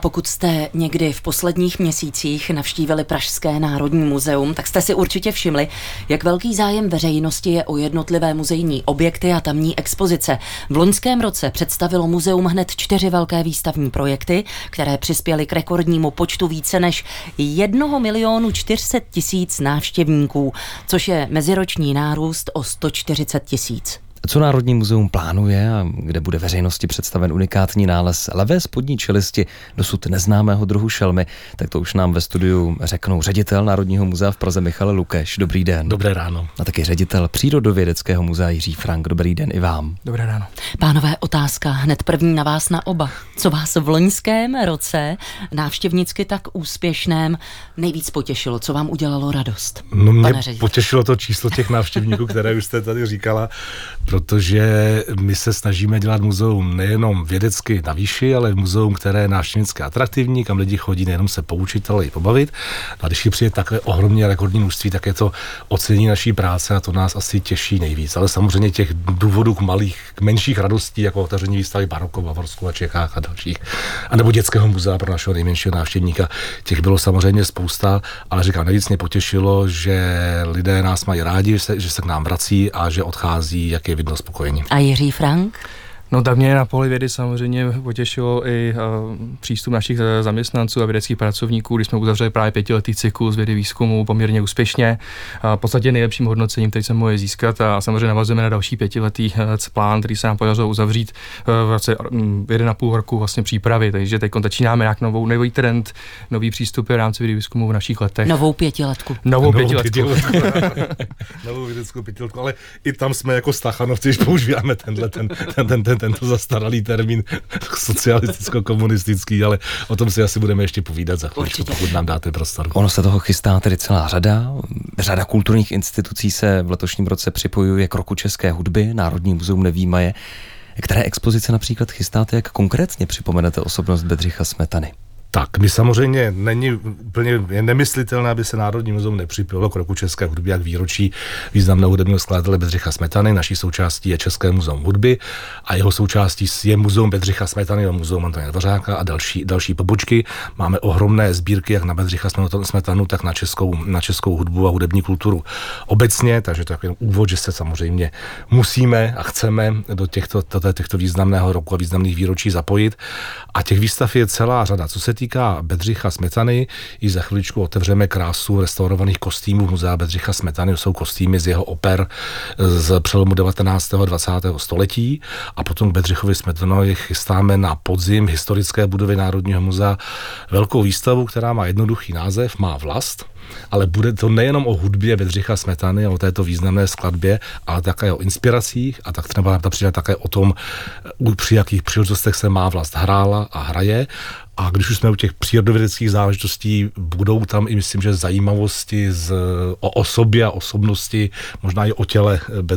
Pokud jste někdy v posledních měsících navštívili Pražské národní muzeum, tak jste si určitě všimli, jak velký zájem veřejnosti je o jednotlivé muzejní objekty a tamní expozice. V loňském roce představilo muzeum hned 4 velké výstavní projekty, které přispěly k rekordnímu počtu více než 1 400 000 návštěvníků, což je meziroční nárůst o 140 000. Co Národní muzeum plánuje a kde bude veřejnosti představen unikátní nález levé spodní čelisti dosud neznámého druhu šelmy, tak to už nám ve studiu řeknou ředitel Národního muzea v Praze Michal Lukeš. Dobrý den. Dobré ráno. A taky ředitel Přírodovědeckého muzea Jiří Frank. Dobrý den i vám. Dobré ráno. Pánové, otázka hned první na vás na oba. Co vás v loňském roce návštěvnicky tak úspěšném nejvíc potěšilo? Co vám udělalo radost? No mě potěšilo to číslo těch návštěvníků, které už jste tady říkala, protože my se snažíme dělat muzeum nejenom vědecky na výši, ale muzeum, které je návštěvnicky atraktivní, kam lidi chodí nejenom se poučit, ale i pobavit. A když je přijde takové ohromně rekordní množství, tak je to ocenění naší práce a to nás asi těší nejvíc. Ale samozřejmě těch důvodů k menších radostí, jako otevření výstavy baroko v Bavorsku a Čechách a dalších, anebo dětského muzea pro našeho nejmenšího návštěvníka, těch bylo samozřejmě spousta, ale říkám, nejvíc mě potěšilo, že lidé nás mají rádi, že se k nám vrací a že odchází, jak je vidno, spokojení. A Jiří Frank? No tak mě na poli vědy samozřejmě potěšilo i přístup našich zaměstnanců a vědeckých pracovníků, když jsme uzavřeli právě 5letý cyklus vědy výzkumu poměrně úspěšně. V podstatě nejlepším hodnocením, který se mohli získat, a samozřejmě navazujeme na další 5letý plán, který se nám podařilo uzavřít v roce 1,5 roku vlastně přípravy, takže teď začínáme jak nový trend, nový přístupy v rámci vědy výzkumu v našich letech. Novou 5letku. Novou pětiletku. Novou vědeckou 5letku, ale i tam jsme jako Stachanovci, když používáme tento zastaralý termín socialisticko-komunistický, ale o tom si asi budeme ještě povídat za chvíli, pokud nám dáte prostor. Ono se toho chystá tedy celá řada. Řada kulturních institucí se v letošním roce připojuje k roku české hudby, Národní muzeum nevyjímaje. Které expozice například chystáte, jak konkrétně připomenete osobnost Bedřicha Smetany? Tak, my samozřejmě není úplně nemyslitelné, aby se Národní muzeum nepřipojilo k roku české hudby, jak výročí významného hudebního skladatele Bedřicha Smetany. Naší součástí je České muzeum hudby a jeho součástí je muzeum Bedřicha Smetany, a muzeum Antonína Dvořáka a další pobočky. Máme ohromné sbírky jak na Bedřicha Smetanu, tak na českou hudbu a hudební kulturu obecně, takže to je takový úvod, že se samozřejmě musíme a chceme do těchto významného roku a významných výročí zapojit. A těch výstav je celá řada. Co se týká Bedřicha Smetany, i za chviličku otevřeme krásu restaurovaných kostýmů muzea Bedřicha Smetany. To jsou kostýmy z jeho oper z přelomu 19. a 20. století. A potom k Bedřichovi Smetanovi chystáme na podzim historické budovy Národního muzea velkou výstavu, která má jednoduchý název, má vlast. Ale bude to nejenom o hudbě Bedřicha Smetany a o této významné skladbě, ale také o inspiracích a tak třeba například také o tom, při jakých příležitostech se má vlast hrála a hraje. A když už jsme u těch přírodovědeckých záležitostí, budou tam i myslím, že zajímavosti o osobě a osobnosti, možná i o těle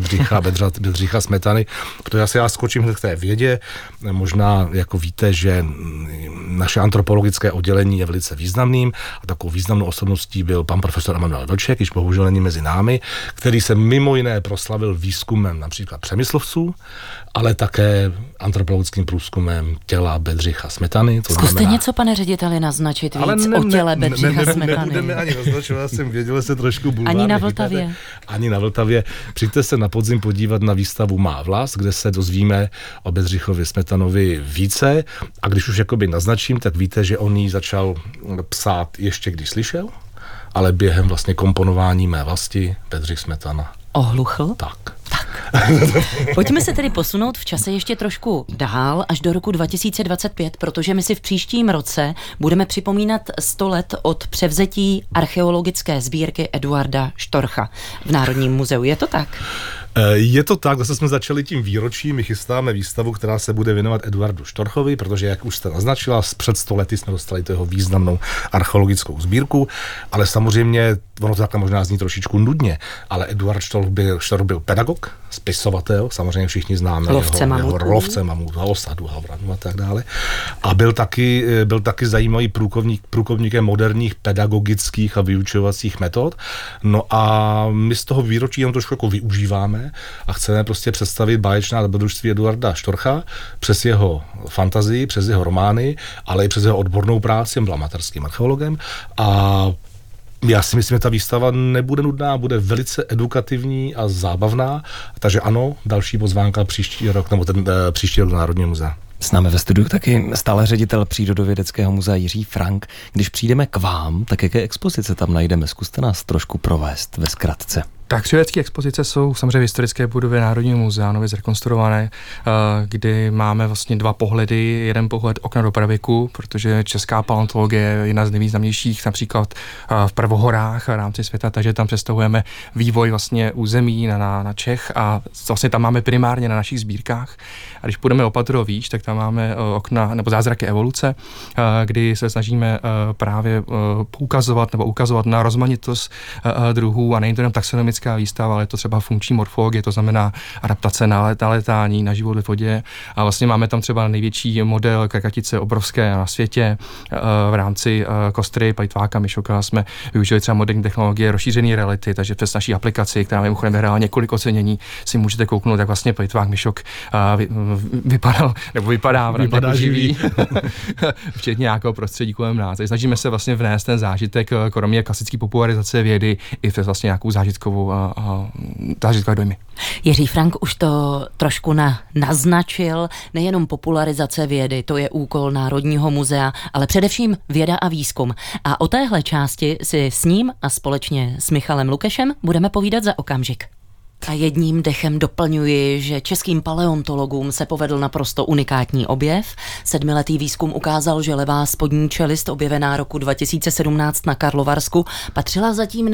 Bedřicha Smetany. Protože já skočím k té vědě. Možná jako víte, že naše antropologické oddělení je velice významným a takovou významnou osobností byl pan profesor Emanuel Vlček, již bohužel není mezi námi, který se mimo jiné proslavil výzkumem například přemyslovců, ale také antropologickým průzkumem těla Bedřicha Smetany. Zkuste něco, pane řediteli, naznačit víc o těle Bedřicha Smetany. Nebudeme ani naznačovat, já jsem věděl, že se trošku bulvárně Ani na Vltavě. Ani na Vltavě. Přijďte se na podzim podívat na výstavu Má vlast, kde se dozvíme o Bedřichovi Smetanovi více. A když už jakoby naznačím, tak víte, že on ji začal psát ještě když slyšel, ale během vlastně komponování Mé vlasti Bedřich Smetana ohluchl? Tak. Pojďme se tedy posunout v čase ještě trošku dál, až do roku 2025, protože my si v příštím roce budeme připomínat 100 let od převzetí archeologické sbírky Eduarda Štorcha v Národním muzeu. Je to tak? Je to tak, zase jsme začali tím výročím, my chystáme výstavu, která se bude věnovat Eduardu Štorchovi, protože, jak už jste naznačila, před 100 lety jsme dostali tu jeho významnou archeologickou sbírku, ale samozřejmě, ono to takhle možná zní trošičku nudně, ale Eduard Štorch byl pedagog, spisovatel, samozřejmě všichni známe jeho lovce mamutů, osadu, Havranu a tak dále. A byl taky zajímavý průkopníkem moderních pedagogických a vyučovacích metod. No a my z toho výročí jenom trošku jako využíváme chceme a chceme prostě představit báječná dobrodružství Eduarda Štorcha přes jeho fantazii, přes jeho romány, ale i přes jeho odbornou práci, on byl amatérským archeologem a já si myslím, že ta výstava nebude nudná, bude velice edukativní a zábavná, takže ano, další pozvánka příští rok, nebo ten příští rok do Národního muzea. S námi ve studiu taky stále ředitel Přírodovědeckého muzea Jiří Frank. Když přijdeme k vám, tak jaké expozice tam najdeme? Zkuste nás trošku provést ve zkratce. Tak přírodovědecké expozice jsou samozřejmě v historické budově Národního muzea, nově zrekonstruované, kdy máme vlastně dva pohledy. Jeden pohled okna do pravěku, protože česká paleontologie je jedna z nejvýznamnějších například v prvohorách v rámci světa, takže tam představujeme vývoj vlastně území na Čech a vlastně tam máme primárně na našich sbírkách. A když půjdeme o patro výš, tak tam máme okna nebo zázraky evoluce, kdy se snažíme právě ukazovat na rozmanitost druhů a nejen to jenom taxonomická výstava, ale je to třeba funkční morfologie, to znamená adaptace na létání, na život ve vodě. A vlastně máme tam třeba největší model krkatice obrovské na světě. V rámci Kostry, Plejtváka, Myšoka jsme využili třeba moderní technologie rozšířené reality, takže přes naší aplikaci, která mimochodem vyhrála několik ocenění, si můžete kouknout, jak vlastně Plejtvák, Myšok vypadá živý, včetně nějakého prostředí kolem nás. Takže snažíme se vlastně vnést ten zážitek, kromě klasické popularizace vědy, i přes vlastně nějakou zážitkovou zážitkové dojmy. Jiří Frank už to trošku naznačil, nejenom popularizace vědy, to je úkol Národního muzea, ale především věda a výzkum. A o téhle části si s ním a společně s Michalem Lukešem budeme povídat za okamžik. A jedním dechem doplňuji, že českým paleontologům se povedl naprosto unikátní objev. 7letý výzkum ukázal, že levá spodní čelist objevená roku 2017 na Karlovarsku patřila zatím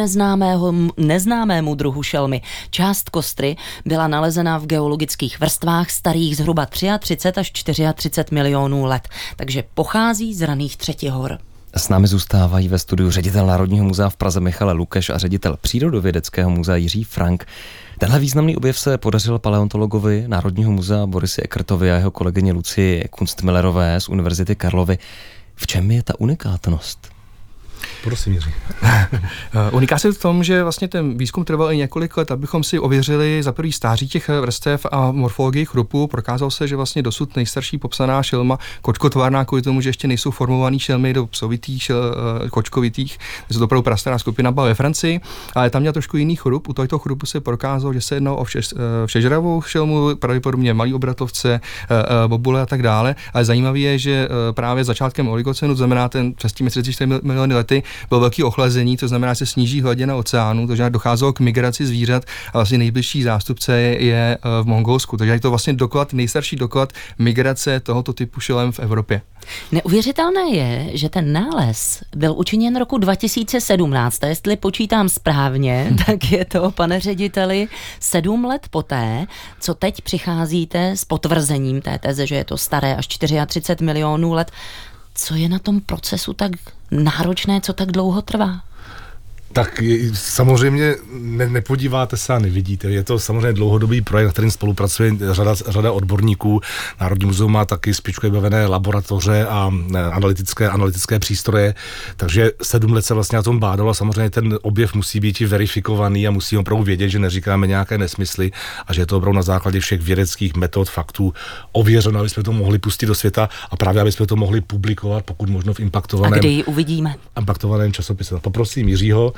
neznámému druhu šelmy. Část kostry byla nalezena v geologických vrstvách starých zhruba 33 až 34 milionů let, takže pochází z raných Třetihor. S námi zůstávají ve studiu ředitel Národního muzea v Praze Michal Lukeš a ředitel Přírodovědeckého muzea Jiří Frank. Tenhle významný objev se podařil paleontologovi Národního muzea Borisi Eckertovi a jeho kolegyně Lucii Kunstmillerové z Univerzity Karlovy. V čem je ta unikátnost? Prosím, Jiří. Uniká se v tom, že vlastně ten výzkum trval i několik let, abychom si ověřili za prvý stáří těch vrstev a morfologii chrupu. Prokázalo se, že vlastně dosud nejstarší popsaná šelma kočkotvárná, kvůli tomu, že ještě nejsou formovaný šelmy do psovitých, kočkovitých, je to opravdu prastará skupina, byla ve Francii, ale tam měl trošku jiný chrup. U tohoto chrupu se prokázalo, že se jednalo o všežravou šelmu, pravděpodobně malý obratlovce, bobule a tak dále. Ale zajímavé je, že právě začátkem oligocenu, to znamená ten přes 34 miliony let, bylo velké ochlazení, to znamená, že se sníží hladina oceánu, takže docházelo k migraci zvířat a vlastně nejbližší zástupce je v Mongolsku. Takže je to vlastně nejstarší doklad migrace tohoto typu šelem v Evropě. Neuvěřitelné je, že ten nález byl učiněn roku 2017. Jestli počítám správně, tak je to, pane řediteli, 7 let poté, co teď přicházíte s potvrzením té teze, že je to staré až 34 milionů let. Co je na tom procesu tak náročné, co tak dlouho trvá? Tak samozřejmě nepodíváte se a nevidíte. Je to samozřejmě dlouhodobý projekt, na kterým spolupracuje řada odborníků. Národní muzeum má taky špičkově vybavené laboratoře a analytické přístroje, takže 7 let se vlastně na tom bádalo a samozřejmě ten objev musí být i verifikovaný a musí opravdu vědět, že neříkáme nějaké nesmysly a že je to opravdu na základě všech vědeckých metod, faktů ověřeno, aby jsme to mohli pustit do světa a právě aby jsme to mohli publikovat, pokud možno v impaktovaném. A kdy ji uvidíme? Impaktovaném časopise. Poprosím Jiřího.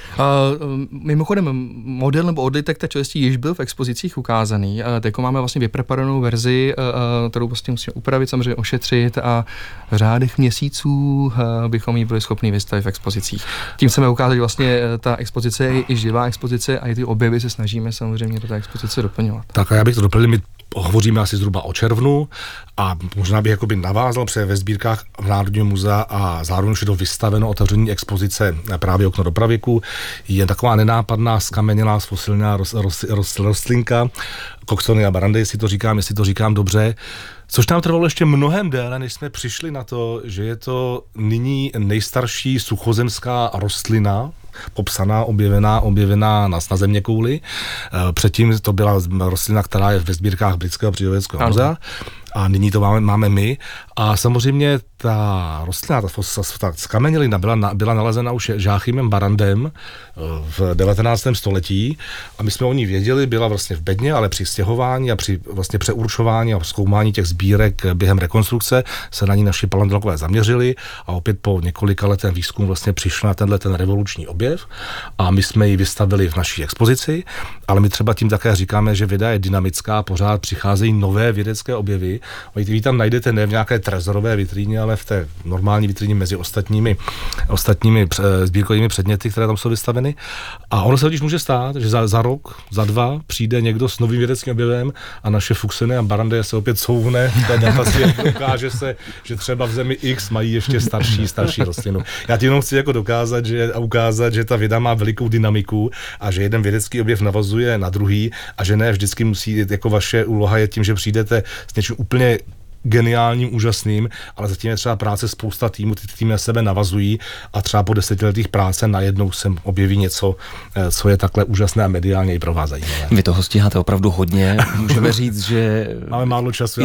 Mimochodem, model nebo odlitek té čelisti již byl v expozicích ukázaný. Teď máme vlastně vypreparovanou verzi, kterou vlastně musíme upravit, samozřejmě ošetřit a v řádech měsíců bychom ji byli schopni vystavit v expozicích. Tím chceme ukázat, že vlastně ta expozice je i živá expozice a i ty objevy se snažíme samozřejmě do té expozice doplňovat. Tak a já bych to doplnil, my hovoříme asi zhruba o červnu a možná bych jakoby navázal, protože ve sbírkách v Národního muzea a zároveň už je to vystaveno otevření expozice právě okno do pravěku. Je taková nenápadná skamenělá fosilná rostlinka Coxonia barandej, jestli to říkám dobře, což nám trvalo ještě mnohem déle, než jsme přišli na to, že je to nyní nejstarší suchozemská rostlina, popsaná, objevená na zeměkouli. Předtím to byla rostlina, která je ve sbírkách Britského přírodovědeckého muzea a nyní to máme my. A samozřejmě ta rostlina, ta skamenělina byla nalezena už Joachimem Barrandem v 19. století a my jsme o ní věděli, byla vlastně v bedně, ale při stěhování a při vlastně přeurčování a zkoumání těch sbírek během rekonstrukce se na ní naši paleontologové zaměřili a opět po několika letém výzkumu vlastně přišel na ten revoluční objev a my jsme ji vystavili v naší expozici, ale my třeba tím také říkáme, že věda je dynamická, pořád přicházejí nové vědecké objevy. Vy tam najdete ne v nějaké trezorové vitríně, ale v té normální vitríně mezi ostatními sbírkovými předměty, které tam jsou vystaveny. A ono se totiž může stát, že za rok, za 2 přijde někdo s novým vědeckým objevem a naše Fuxiny a Barrandie se opět couvne v té dataci a ukáže se, že třeba v zemi X mají ještě starší rostlinu. Já ti jenom chci jako ukázat, že ta věda má velikou dynamiku a že jeden vědecký objev navazuje na druhý a že ne vždycky musí, jako vaše úloha je tím, že přijdete s něčím úplně geniálním, úžasným, ale zatím je třeba práce spousta týmů, ty týmy na sebe navazují a třeba po 10 letých práce najednou se objeví něco, co je takhle úžasné a mediálně i pro vás zajímavé. Vy toho stíháte opravdu hodně, můžeme říct, že máme málo času.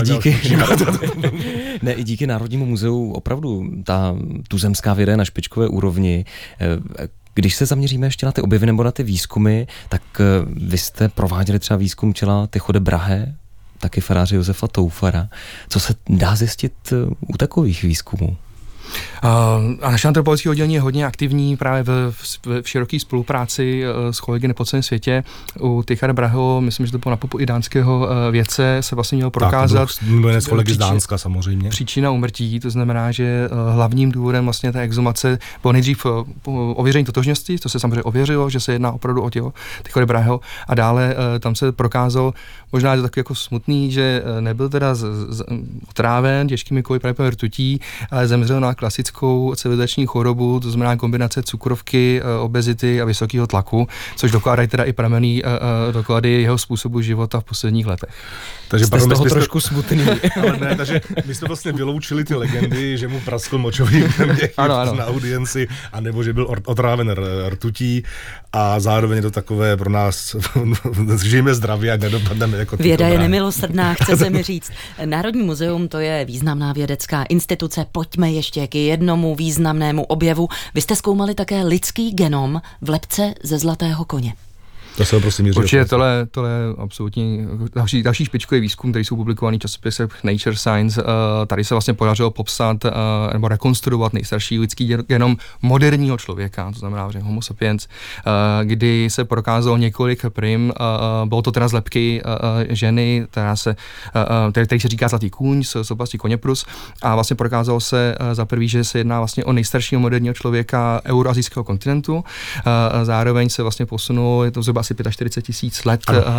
I díky Národnímu muzeu opravdu ta tuzemská věda je na špičkové úrovni. Když se zaměříme ještě na ty objevy nebo na ty výzkumy, tak vy jste prováděli třeba výzkum těla Tycho de Brahe, taky faráře Josefa Toufara. Co se dá zjistit u takových výzkumů? A naše antropologické oddělení je hodně aktivní právě v široké spolupráci s kolegy po celém světě. U Tycha de Braheho, myslím, že to bylo na popu i dánského vědce, se vlastně mělo prokázat s kolegy z Dánska samozřejmě. Příčina úmrtí, to znamená, že hlavním důvodem vlastně té exhumace bylo nejdřív ověření totožnosti, to se samozřejmě ověřilo, že se jedná opravdu o tělo Tycha de Braheho a dále tam se prokázalo, možná je to takový jako smutný, že nebyl teda otráven těžkými kovy právě rtutí, ale zemřel na klasickou civilizační chorobu, to znamená kombinace cukrovky, obezity a vysokého tlaku, což dokládají teda i pramenný doklady jeho způsobu života v posledních letech. Takže jste z toho trošku smutný. Ale ne, takže my jsme vlastně vyloučili ty legendy, že mu praskl močový měch na audienci, anebo že byl otráven rtutí a zároveň je to takové pro nás žijeme zdravě a nedopadneme jako věda je nemilosrdná, chce se mi říct. Národní muzeum, to je významná vědecká instituce. Pojďme ještě k jednomu významnému objevu. Vy jste zkoumali také lidský genom v lebce ze zlatého koně. To se prosím Jiří. Určitě tohle je absolutně další špičkový výzkum, který jsou publikovaný v časopisech Nature Science. Tady se vlastně podařilo popsat nebo rekonstruovat nejstarší lidský genom moderního člověka, to znamená že Homo sapiens, kdy se prokázalo několik prim. Bylo to teda z lebky ženy, který se říká zlatý kůň z oblasti Koněprus a vlastně prokázalo se za prvý, že se jedná vlastně o nejstaršího moderního člověka euroazijského kontinentu. Zároveň se vlastně posunulo, je to zhruba asi 45 000 let.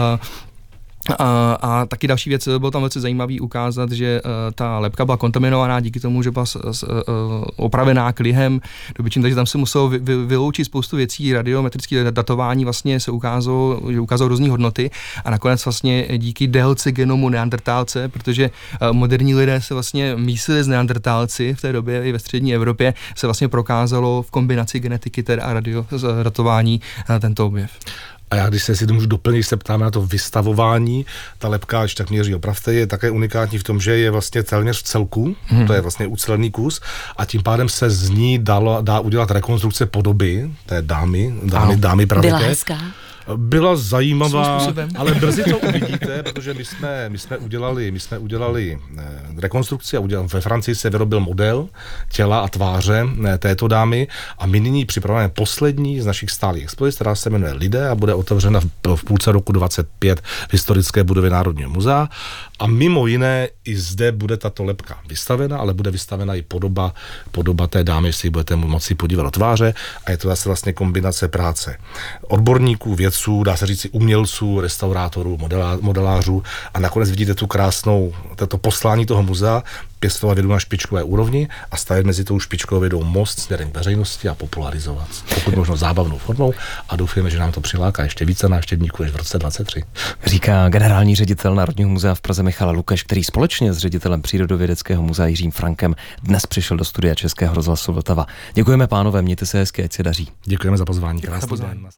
A taky další věc, bylo tam velice zajímavý ukázat, že ta lebka byla kontaminovaná díky tomu, že byla opravená klihem dobyčím, takže tam se muselo vyloučit spoustu věcí, radiometrické datování vlastně se ukázalo různé hodnoty a nakonec vlastně díky délce genomu neandertálce, protože moderní lidé se vlastně mísili s neandertálci v té době i ve střední Evropě, se vlastně prokázalo v kombinaci genetiky a radiodatování tento objev. A já, když se si to můžu doplnit, se ptáme na to vystavování, ta lebka, když tak měří opravte, je také unikátní v tom, že je vlastně téměř v celku, to je vlastně ucelený kus a tím pádem se z ní dá udělat rekonstrukce podoby té dámy pravěké. Byla hezká? Byla zajímavá, ale brzy to uvidíte, protože my jsme udělali rekonstrukci a ve Francii se vyrobil model těla a tváře této dámy a my nyní připravujeme poslední z našich stálých expozic, která se jmenuje Lidé a bude otevřena v půlce roku 2025 v historické budově Národního muzea a mimo jiné i zde bude tato lebka vystavena, ale bude vystavena i podoba té dámy, si budete moci podívat do tváře a je to zase vlastně kombinace práce odborníků, vědců, dá se říct umělců, restaurátorů, modelářů a nakonec vidíte tu krásnou, to poslání toho muzea, pěstovat vědu na špičkové úrovni a stavět mezi tou špičkovou vědou most směrem k veřejnosti a popularizovat. Pokud možno zábavnou formou a doufujeme, že nám to přiláká ještě více návštěvníků než v roce 2023. Říká generální ředitel Národního muzea v Praze Michal Lukeš, který společně s ředitelem Přírodovědeckého muzea Jiřím Frankem dnes přišel do studia Českého rozhlasu Vltava. Děkujeme pánové, mějte se hezky, ať se daří. Děkujeme za pozvání. Krásný den.